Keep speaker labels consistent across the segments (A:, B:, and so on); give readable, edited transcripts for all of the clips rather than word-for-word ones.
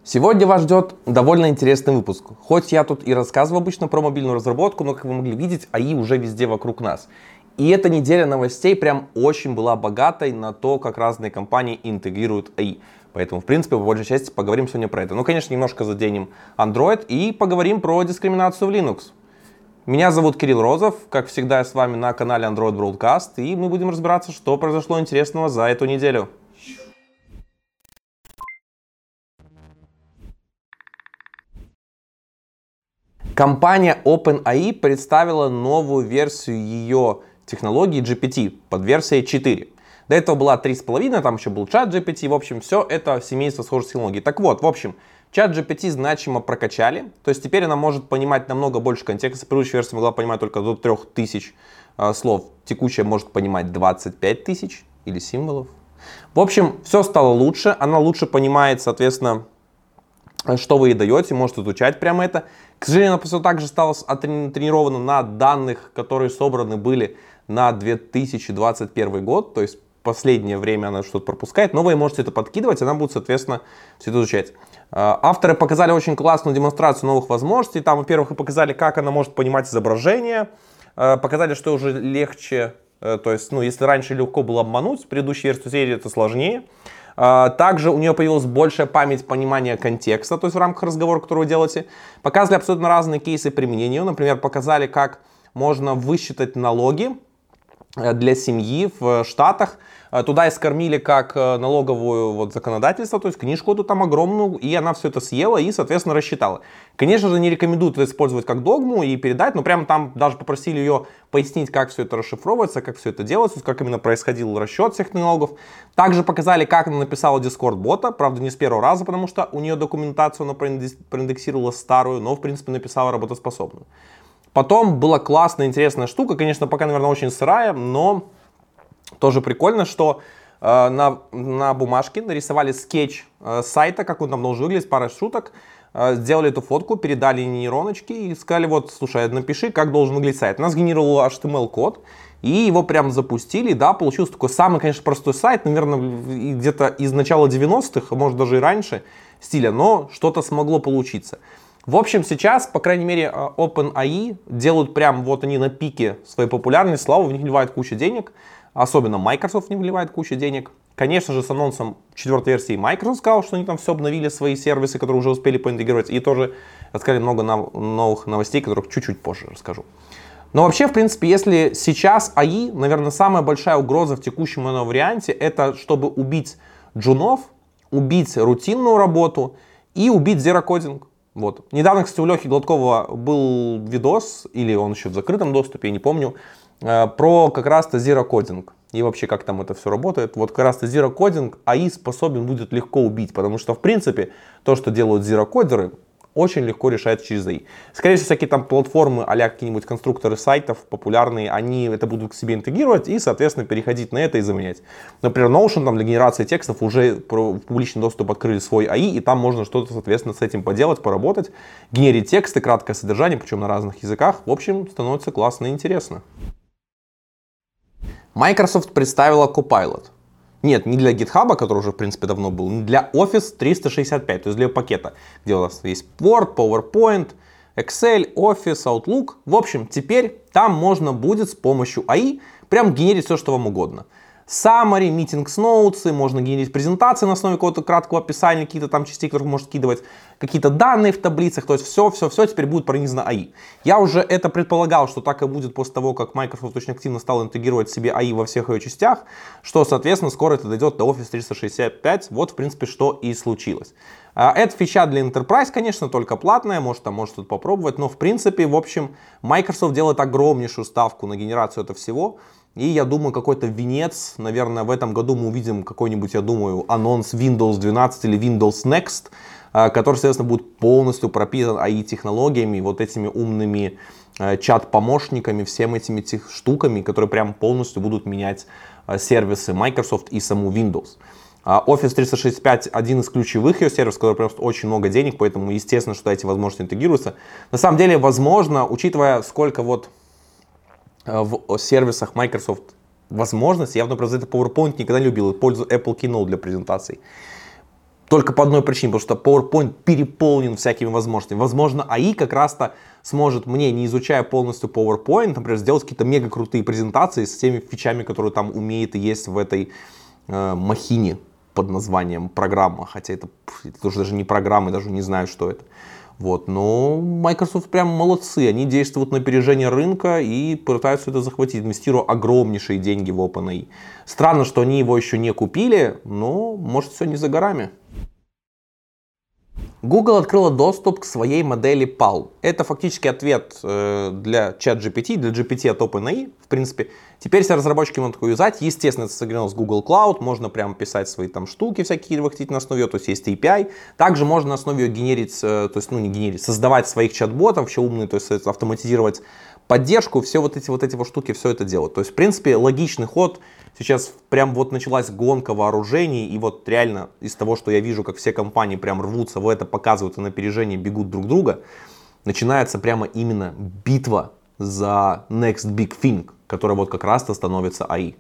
A: Сегодня вас ждет довольно интересный выпуск. Хоть я тут и рассказываю обычно про мобильную разработку, но, как вы могли видеть, АИ уже везде вокруг нас. И эта неделя новостей прям очень была богатой на то, как разные компании интегрируют АИ. Поэтому, в принципе, по большей части поговорим сегодня про это. Ну, конечно, немножко заденем Android и поговорим про дискриминацию в Linux. Меня зовут Кирилл Розов, как всегда я с вами на канале Android Broadcast, и мы будем разбираться, что произошло интересного за эту неделю. Компания OpenAI представила новую версию ее технологии GPT под версией 4. До этого была 3.5, там еще был ChatGPT, в общем, все это семейство схожих технологий. Так вот, в общем, ChatGPT значимо прокачали, то есть теперь она может понимать намного больше контекста. Предыдущая версия могла понимать только до 3000 слов, текущая может понимать 25 тысяч или символов. В общем, все стало лучше, она лучше понимает, соответственно, что вы ей даете, может изучать прямо это. К сожалению, она все так же стала тренирована на данных, которые собраны были на 2021 год, то есть последнее время она что-то пропускает, но вы можете это подкидывать, она будет, соответственно, все это изучать. Авторы показали очень классную демонстрацию новых возможностей. Там, во-первых, показали, как она может понимать изображение, показали, что уже легче, то есть, если раньше легко было обмануть, предыдущую версию серии это сложнее. Также у нее появилась большая память понимания контекста, то есть в рамках разговора, который вы делаете. Показали абсолютно разные кейсы применения. Например, показали, как можно высчитать налоги для семьи в Штатах. Туда и скормили как налоговую законодательство, то есть книжку эту там огромную, и она все это съела и, соответственно, рассчитала. Конечно же, не рекомендуют это использовать как догму и передать, но прямо там даже попросили ее пояснить, как все это расшифровывается, как все это делается, как именно происходил расчет всех налогов. Также показали, как она написала Discord-бота, правда, не с первого раза, потому что у нее документацию она проиндексировала старую, но, в принципе, написала работоспособную. Потом была классная, интересная штука, конечно, пока, наверное, очень сырая, но тоже прикольно, что на бумажке нарисовали скетч сайта, как он там должен выглядеть, пара шуток, сделали эту фотку, передали нейроночки и сказали, вот, слушай, напиши, как должен выглядеть сайт. Она сгенерировала HTML-код, и его прям запустили, да, получился такой самый, конечно, простой сайт, наверное, где-то из начала 90-х, а может даже и раньше стиля, но что-то смогло получиться. В общем, сейчас, по крайней мере, OpenAI делают прям, вот они на пике своей популярности, слава, в них вливают кучу денег, особенно Microsoft в них вливает кучу денег. Конечно же, с анонсом 4-й версии Microsoft сказал, что они там все обновили, свои сервисы, которые уже успели поинтегрировать, и тоже рассказали много новых новостей, которых чуть-чуть позже расскажу. Но вообще, в принципе, если сейчас AI, наверное, самая большая угроза в текущем варианте, это чтобы убить джунов, убить рутинную работу и убить зерокодинг. Вот. Недавно, кстати, у Лехи Гладкова был видос, или он еще в закрытом доступе, я не помню, про как раз-то зерокодинг. И вообще, как там это все работает. Вот как раз-то зерокодинг АИ способен будет легко убить, потому что, в принципе, то, что делают зерокодеры, очень легко решают через АИ. Скорее всего, всякие там платформы, а-ля какие-нибудь конструкторы сайтов популярные, они это будут к себе интегрировать и, соответственно, переходить на это и заменять. Например, Notion там для генерации текстов уже в публичный доступ открыли свой АИ, и там можно что-то, соответственно, с этим поделать, поработать, генерить тексты, краткое содержание, причем на разных языках. В общем, становится классно и интересно. Microsoft представила Copilot. Нет, не для GitHub, который уже, в принципе, давно был, не для Office 365, то есть для пакета, где у нас есть Word, PowerPoint, Excel, Office, Outlook. В общем, теперь там можно будет с помощью AI прям генерить все, что вам угодно. Summary, meetings notes, можно генерить презентации на основе какого-то краткого описания, какие-то там частей, которые можно скидывать, какие-то данные в таблицах, то есть все теперь будет пронизано AI. Я уже это предполагал, что так и будет после того, как Microsoft очень активно стал интегрировать в себе AI во всех ее частях, что, соответственно, скоро это дойдет до Office 365, вот, в принципе, что и случилось. Это фича для Enterprise, конечно, только платная, может что-то попробовать, но, в принципе, в общем, Microsoft делает огромнейшую ставку на генерацию этого всего. И я думаю, какой-то венец, наверное, в этом году мы увидим какой-нибудь, я думаю, анонс Windows 12 или Windows Next, который, соответственно, будет полностью пропитан AI-технологиями, вот этими умными чат-помощниками, всем этими штуками, которые прям полностью будут менять сервисы Microsoft и саму Windows. Office 365 один из ключевых ее сервисов, который просто очень много денег, поэтому естественно, что эти возможности интегрируются. На самом деле, возможно, учитывая, сколько вот в сервисах Microsoft возможностей, я, например, за это PowerPoint никогда не любил, пользую Apple Keynote для презентаций. Только по одной причине, потому что PowerPoint переполнен всякими возможностями. Возможно, AI как раз-то сможет мне, не изучая полностью PowerPoint, например, сделать какие-то мега крутые презентации с теми фичами, которые там умеет и есть в этой махине под названием программа. Хотя это уже даже не программа, даже не знаю, что это. Вот. Но Microsoft прям молодцы. Они действуют на опережение рынка и пытаются это захватить, инвестируя огромнейшие деньги в OpenAI. Странно, что они его еще не купили, но может все не за горами. Google открыла доступ к своей модели PAL. Это фактически ответ для ChatGPT, для GPT от OpenAI, в принципе. Теперь все разработчики могут такой юзать. Естественно, это соединено с Google Cloud. Можно прямо писать свои там штуки всякие, вы хотите на основе ее, то есть есть API. Также можно на основе ее генерить, то есть, ну не генерить, создавать своих чат-ботов, вообще умные, то есть автоматизировать поддержку, все вот эти штуки, все это делать. То есть, в принципе, логичный ход. Сейчас прям вот началась гонка вооружений, и вот реально из того, что я вижу, как все компании прям рвутся в это, показывают и на опережение, бегут друг друга, начинается прямо именно битва за next big thing, которая вот как раз-то становится AI.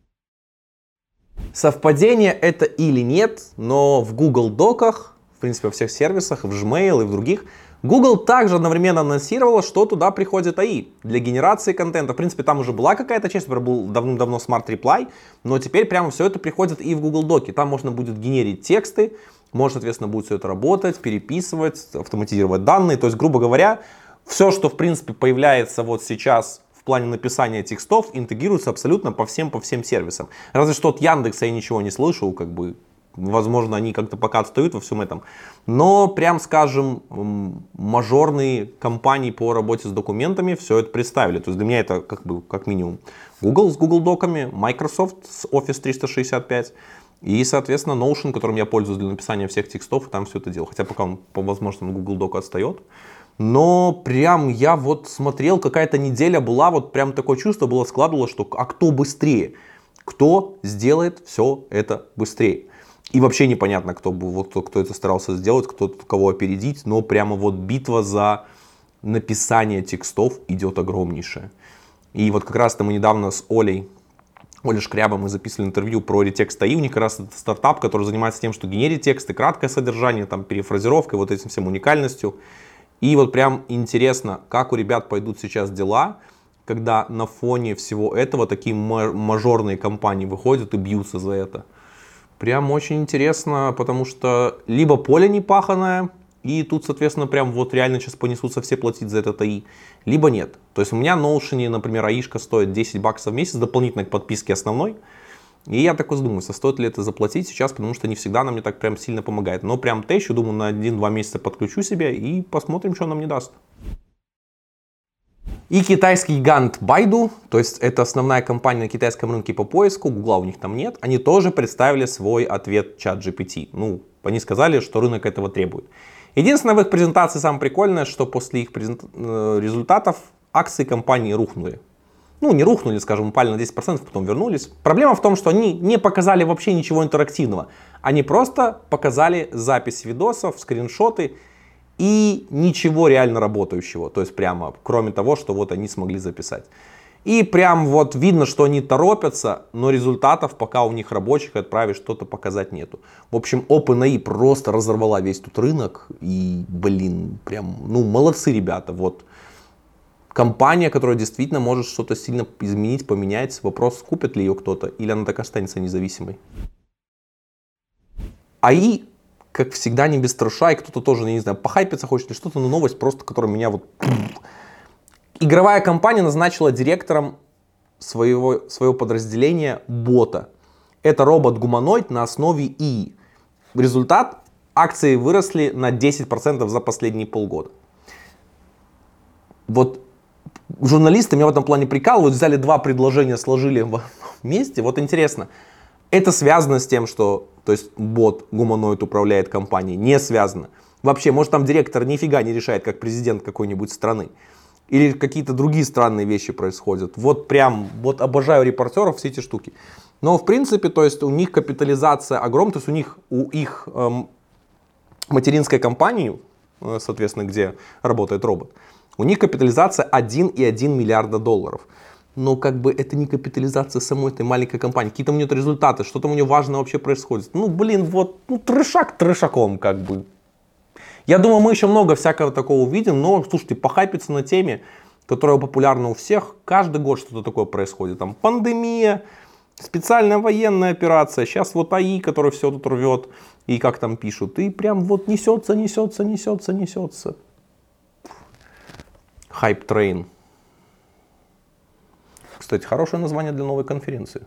A: Совпадение это или нет, но в Google Доках, в принципе, во всех сервисах, в Gmail и в других, Google также одновременно анонсировала, что туда приходит AI для генерации контента. В принципе, там уже была какая-то часть, например, был давным-давно Smart Reply, но теперь прямо все это приходит и в Google Доки. Там можно будет генерить тексты, можно, соответственно, будет все это работать, переписывать, автоматизировать данные. То есть, грубо говоря, все, что, в принципе, появляется вот сейчас в плане написания текстов, интегрируется абсолютно по всем сервисам. Разве что от Яндекса я ничего не слышал, как бы. Возможно, они как-то пока отстают во всем этом. Но, прям скажем, мажорные компании по работе с документами все это представили. То есть для меня это как минимум Google с Google Доками, Microsoft с Office 365 и, соответственно, Notion, которым я пользуюсь для написания всех текстов, и там все это делал. Хотя пока он по возможностям Google Doc отстает. Но прям я вот смотрел, какая-то неделя была, вот прям такое чувство было, складывалось, что а кто быстрее? Кто сделает все это быстрее? И вообще непонятно, кто это старался сделать, кто кого опередить, но прямо вот битва за написание текстов идет огромнейшая. И вот как раз-то мы недавно с Олей Шкрябом мы записывали интервью про Retext AI. У них как раз это стартап, который занимается тем, что генерит тексты, краткое содержание, там, перефразировкой, вот этим всем уникальностью. И вот прям интересно, как у ребят пойдут сейчас дела, когда на фоне всего этого такие мажорные компании выходят и бьются за это. Прям очень интересно, потому что либо поле не паханое, и тут, соответственно, прям вот реально сейчас понесутся все платить за этот AI, либо нет. То есть у меня на Notion, например, AI-шка стоит $10 в месяц, дополнительно к подписке основной. И я такой задумаюсь, а стоит ли это заплатить сейчас, потому что не всегда она мне так прям сильно помогает. Но прям тещу, думаю, на 1-2 месяца подключу себе и посмотрим, что она мне даст. И китайский гигант Baidu, то есть это основная компания на китайском рынке по поиску, Гугла у них там нет, они тоже представили свой ответ ChatGPT. Ну, они сказали, что рынок этого требует. Единственное в их презентации самое прикольное, что после их результатов акции компании рухнули. Ну, не рухнули, скажем, упали на 10%, потом вернулись. Проблема в том, что они не показали вообще ничего интерактивного. Они просто показали запись видосов, скриншоты и ничего реально работающего. То есть прямо, кроме того, что вот они смогли записать. И прям вот видно, что они торопятся, но результатов пока у них рабочих отправить что-то показать нету. В общем, OpenAI просто разорвала весь тут рынок. И, блин, прям, ну, молодцы ребята. Вот компания, которая действительно может что-то сильно изменить, поменять. Вопрос, купит ли ее кто-то, или она так останется независимой. AI, как всегда, не без трэша, и кто-то тоже, не знаю, похайпиться хочет или что-то, но новость просто, которая меня вот... Игровая компания назначила директором своего подразделения бота. Это робот-гуманоид на основе ИИ. Результат: акции выросли на 10% за последние полгода. Вот журналисты меня в этом плане прикалывают, взяли два предложения, сложили вместе. Вот интересно, это связано с тем, что, то есть, бот-гуманоид управляет компанией? Не связано. Вообще, может, там директор нифига не решает, как президент какой-нибудь страны. Или какие-то другие странные вещи происходят. Вот прям, вот обожаю репортеров, все эти штуки. Но в принципе, то есть у них капитализация огромная, то есть у их материнской компании, соответственно, где работает робот, у них капитализация $1,1 миллиарда. но как бы это не капитализация самой этой маленькой компании. Какие-то у нее результаты, что там у нее важно вообще происходит. Ну, блин, вот, ну, трешак трешаком, как бы. Я думаю, мы еще много всякого такого увидим, но, слушайте, похайпиться на теме, которая популярна у всех, каждый год что-то такое происходит. Там пандемия, специальная военная операция, сейчас вот АИ, который все тут рвет, и как там пишут, и прям вот несется. Хайп-трейн. Кстати, хорошее название для новой конференции.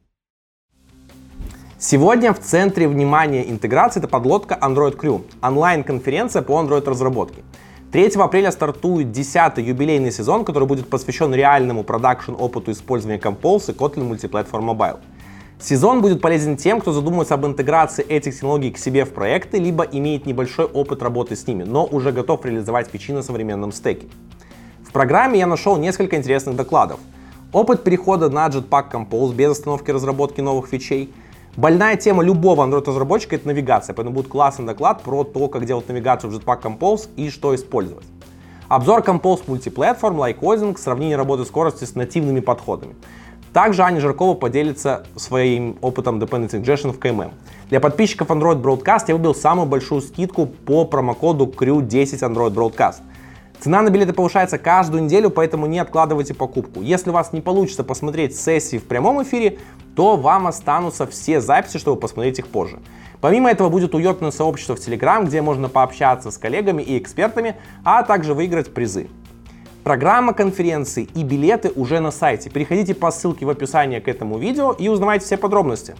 A: Сегодня в центре внимания интеграции это подлодка Android Crew, онлайн-конференция по Android-разработке. 3 апреля стартует 10-й юбилейный сезон, который будет посвящен реальному продакшн-опыту использования Compose и Kotlin Multiplatform Mobile. Сезон будет полезен тем, кто задумывается об интеграции этих технологий к себе в проекты, либо имеет небольшой опыт работы с ними, но уже готов реализовать фичи на современном стеке. В программе я нашел несколько интересных докладов. Опыт перехода на Jetpack Compose без остановки разработки новых фичей. Больная тема любого Android-разработчика — это навигация, поэтому будет классный доклад про то, как делать навигацию в Jetpack Compose и что использовать. Обзор Compose Multiplatform, лайкодинг, сравнение работы скорости с нативными подходами. Также Аня Жаркова поделится своим опытом Dependency Injection в KMM. Для подписчиков Android Broadcast я выбил самую большую скидку по промокоду CREW10 Android Broadcast. Цена на билеты повышается каждую неделю, поэтому не откладывайте покупку. Если у вас не получится посмотреть сессии в прямом эфире, то вам останутся все записи, чтобы посмотреть их позже. Помимо этого будет уютное сообщество в Telegram, где можно пообщаться с коллегами и экспертами, а также выиграть призы. Программа конференции и билеты уже на сайте. Переходите по ссылке в описании к этому видео и узнавайте все подробности.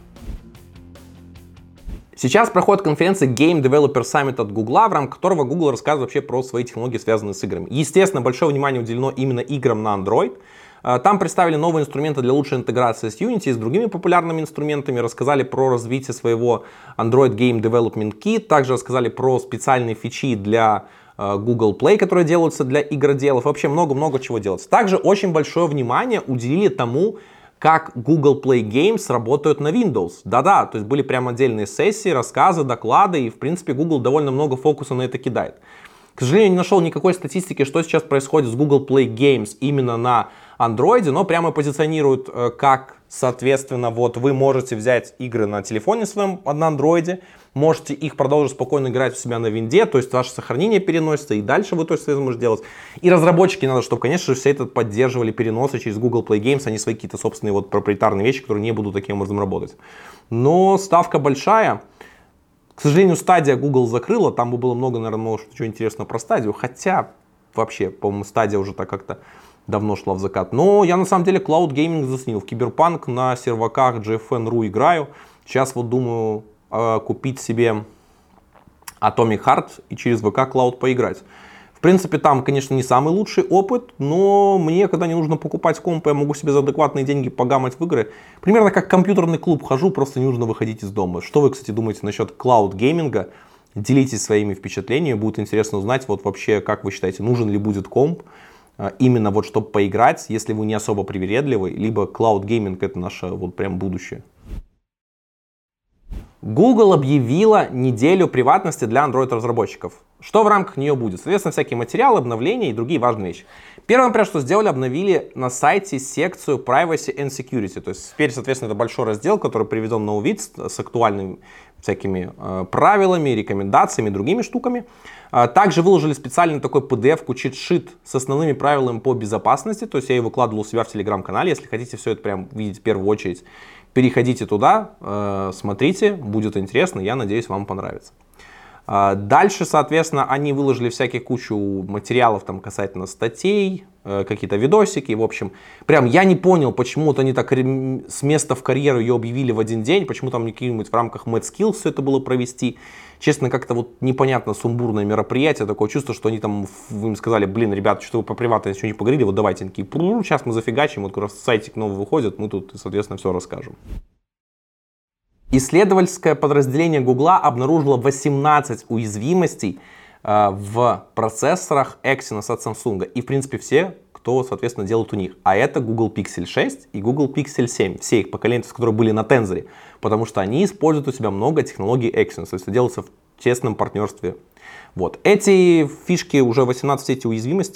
A: Сейчас проходит конференция Game Developer Summit от Google, в рамках которого Google рассказывает вообще про свои технологии, связанные с играми. Естественно, большое внимание уделено именно играм на Android. Там представили новые инструменты для лучшей интеграции с Unity и с другими популярными инструментами, рассказали про развитие своего Android Game Development Kit, также рассказали про специальные фичи для Google Play, которые делаются для игроделов. Вообще много-много чего делается. Также очень большое внимание уделили тому, как Google Play Games работают на Windows. Да-да, то есть были прям отдельные сессии, рассказы, доклады, и в принципе Google довольно много фокуса на это кидает. К сожалению, не нашел никакой статистики, что сейчас происходит с Google Play Games именно на Android, но прямо позиционируют, как, соответственно, вот вы можете взять игры на телефоне своем на Android, можете их продолжить спокойно играть у себя на винде, то есть ваше сохранение переносится, и дальше вы тоже это можете делать. И разработчики надо, чтобы, конечно же, все это поддерживали переносы через Google Play Games, а не свои какие-то собственные вот проприетарные вещи, которые не будут таким образом работать. Но ставка большая. К сожалению, Stadia Google закрыла, там бы было много, наверное, может, чего интересного про Stadia, хотя вообще, по-моему, Stadia уже так как-то давно шла в закат. Но я на самом деле Cloud Gaming заценил. В Киберпанк на серваках GFN.ru играю. Сейчас вот думаю купить себе Atomic Heart и через VK Cloud поиграть. В принципе, там, конечно, не самый лучший опыт, но мне, когда не нужно покупать комп, я могу себе за адекватные деньги погамать в игры. Примерно как компьютерный клуб хожу, просто не нужно выходить из дома. Что вы, кстати, думаете насчет клауд-гейминга? Делитесь своими впечатлениями, будет интересно узнать, вот вообще, как вы считаете, нужен ли будет комп, именно вот чтобы поиграть, если вы не особо привередливый, либо клауд-гейминг это наше вот прям будущее. Google объявила неделю приватности для Android-разработчиков. Что в рамках нее будет? Соответственно, всякие материалы, обновления и другие важные вещи. Первое, например, что сделали, обновили на сайте секцию Privacy and Security. То есть теперь, соответственно, это большой раздел, который приведен на UVID с актуальными всякими правилами, рекомендациями и другими штуками. Также выложили специальный такой PDF-ку, чит-шит с основными правилами по безопасности. То есть я его выкладывал у себя в Telegram-канале. Если хотите все это прям видеть в первую очередь, переходите туда, смотрите, будет интересно, я надеюсь, вам понравится. Дальше, соответственно, они выложили всяких кучу материалов там касательно статей, какие-то видосики, в общем. Прям я не понял, почему-то они так с места в карьеру ее объявили в один день, почему там какие-нибудь в рамках MadSkills все это было провести. Честно, как-то вот непонятно, сумбурное мероприятие, такое чувство, что они там им сказали, блин, ребята, что вы по приватной еще не поговорили, вот давайте, они такие, сейчас мы зафигачим, вот как раз сайтик новый выходит, мы тут, соответственно, все расскажем. Исследовательское подразделение Google обнаружило 18 уязвимостей в процессорах Exynos от Samsung. И, в принципе, все, кто, соответственно, делает у них. А это Google Pixel 6 и Google Pixel 7. Все их поколения, которые были на Tensor. Потому что они используют у себя много технологий Exynos. То есть это делается в тесном партнерстве. Вот. Эти фишки, уже 18 эти уязвимостей,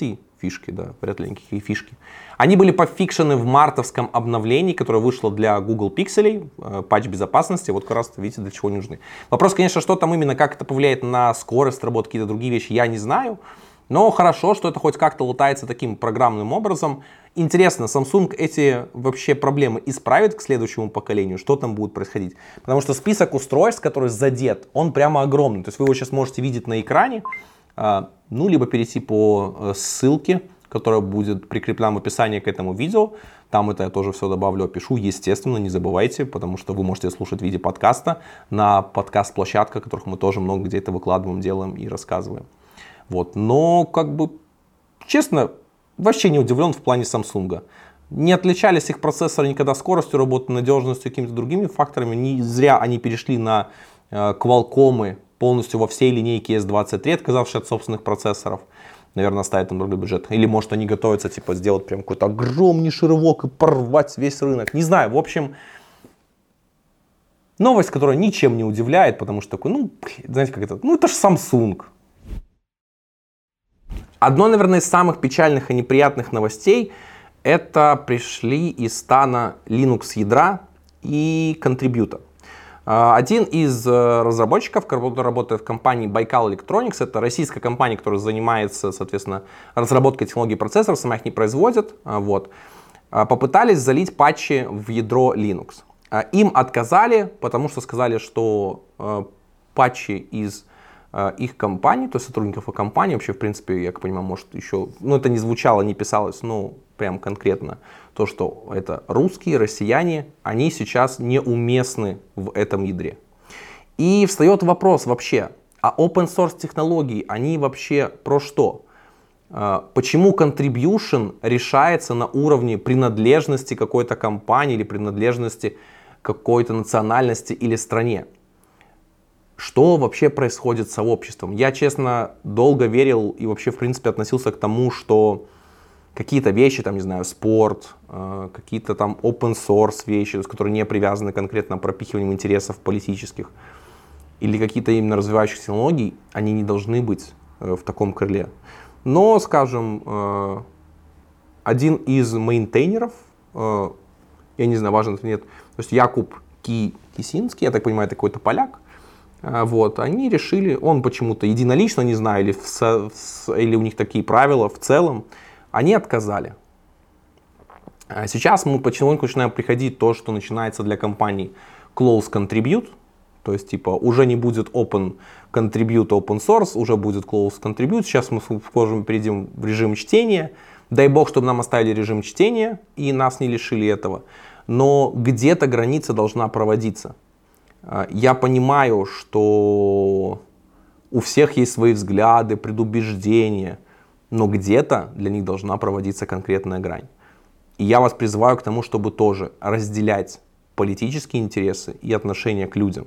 A: фишки, да, вряд ли никакие фишки. Они были пофикшены в мартовском обновлении, которое вышло для Google Pixel, патч безопасности, вот как раз видите, для чего они нужны. Вопрос, конечно, что там именно, как это повлияет на скорость работы, какие-то другие вещи, я не знаю. Но хорошо, что это хоть как-то лутается таким программным образом. Интересно, Samsung эти вообще проблемы исправит к следующему поколению? Что там будет происходить? Потому что список устройств, который задет, он прямо огромный. То есть вы его сейчас можете видеть на экране, ну, либо перейти по ссылке, которая будет прикреплена в описании к этому видео. Там это я тоже все добавлю, опишу, естественно, не забывайте, потому что вы можете слушать в виде подкаста на подкаст-площадках, которых мы тоже много где это выкладываем, делаем и рассказываем. Вот. Но, как бы, честно, вообще не удивлен в плане Samsung. Не отличались их процессоры никогда скоростью работы, надежностью, какими-то другими факторами. Не зря они перешли на Qualcomm полностью во всей линейке S23, отказавшись от собственных процессоров. Наверное, ставят там другой бюджет. Или, может, они готовятся, типа, сделать прям какой-то огромнейший рывок и порвать весь рынок. Не знаю, в общем, новость, которая ничем не удивляет, потому что такой, ну, знаете, как это, ну, это же Samsung. Одно, наверное, из самых печальных и неприятных новостей — это пришли из стана Linux ядра и контрибьюта. Один из разработчиков, который работает в компании Baikal Electronics, это российская компания, которая занимается, соответственно, разработкой технологий процессоров, сама их не производит, вот, попытались залить патчи в ядро Linux. Им отказали, потому что сказали, что патчи из их компании, то есть сотрудников и компании, вообще, в принципе, я как понимаю, может еще, ну, это не звучало, не писалось, но прям конкретно то, что это русские, россияне, они сейчас неуместны в этом ядре. И встает вопрос вообще, а open source технологии, они вообще про что? Почему contribution решается на уровне принадлежности какой-то компании или принадлежности какой-то национальности или стране? Что вообще происходит с сообществом? Я, честно, долго верил и вообще, в принципе, относился к тому, что какие-то вещи, там, не знаю, спорт, какие-то там open source вещи, которые не привязаны конкретно пропихиванием интересов политических, или какие-то именно развивающихся технологий, они не должны быть в таком крыле. Но, скажем, один из мейнтейнеров, я не знаю, важно это или нет, то есть Якуб Кисинский, я так понимаю, это какой-то поляк, вот, они решили, он почему-то единолично, не знаю, или у них такие правила в целом, они отказали. Сейчас мы потихоньку начинаем приходить то, что начинается для компаний close contribute, то есть типа уже не будет open contribute, open source, уже будет close contribute. Сейчас мы перейдем в режим чтения. Дай бог, чтобы нам оставили режим чтения и нас не лишили этого. Но где-то граница должна проводиться. Я понимаю, что у всех есть свои взгляды, предубеждения, но где-то для них должна проводиться конкретная грань. И я вас призываю к тому, чтобы тоже разделять политические интересы и отношения к людям.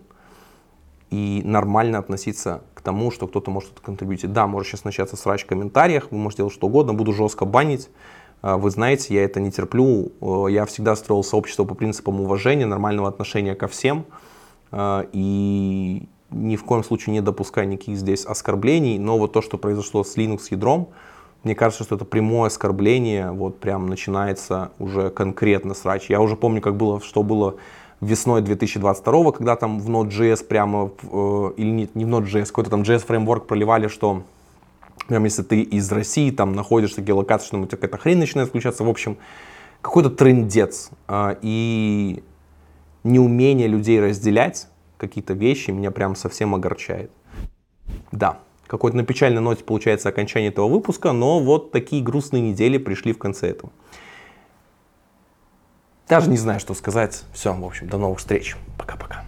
A: И нормально относиться к тому, что кто-то может это контрибьютить. Да, может сейчас начаться срач в комментариях, вы можете делать что угодно, буду жестко банить. Вы знаете, я это не терплю. Я всегда строил сообщество по принципам уважения, нормального отношения ко всем. И ни в коем случае не допускаю никаких здесь оскорблений. Но вот то, что произошло с Linux ядром, мне кажется, что это прямое оскорбление. Вот прям начинается уже конкретно срач. Я уже помню, как было, что было весной 2022, когда там в Node.js прямо, или нет, не в Node.js, какой-то там JS фреймворк проливали, что прям если ты из России там находишься в геолокации, что у тебя какая-то хрень начинает включаться. В общем, какой-то трындец. И неумение людей разделять какие-то вещи меня прям совсем огорчает. Да, какой-то на печальной ноте получается окончание этого выпуска, но вот такие грустные недели пришли в конце этого. Даже не знаю, что сказать. Все, в общем, до новых встреч. Пока-пока.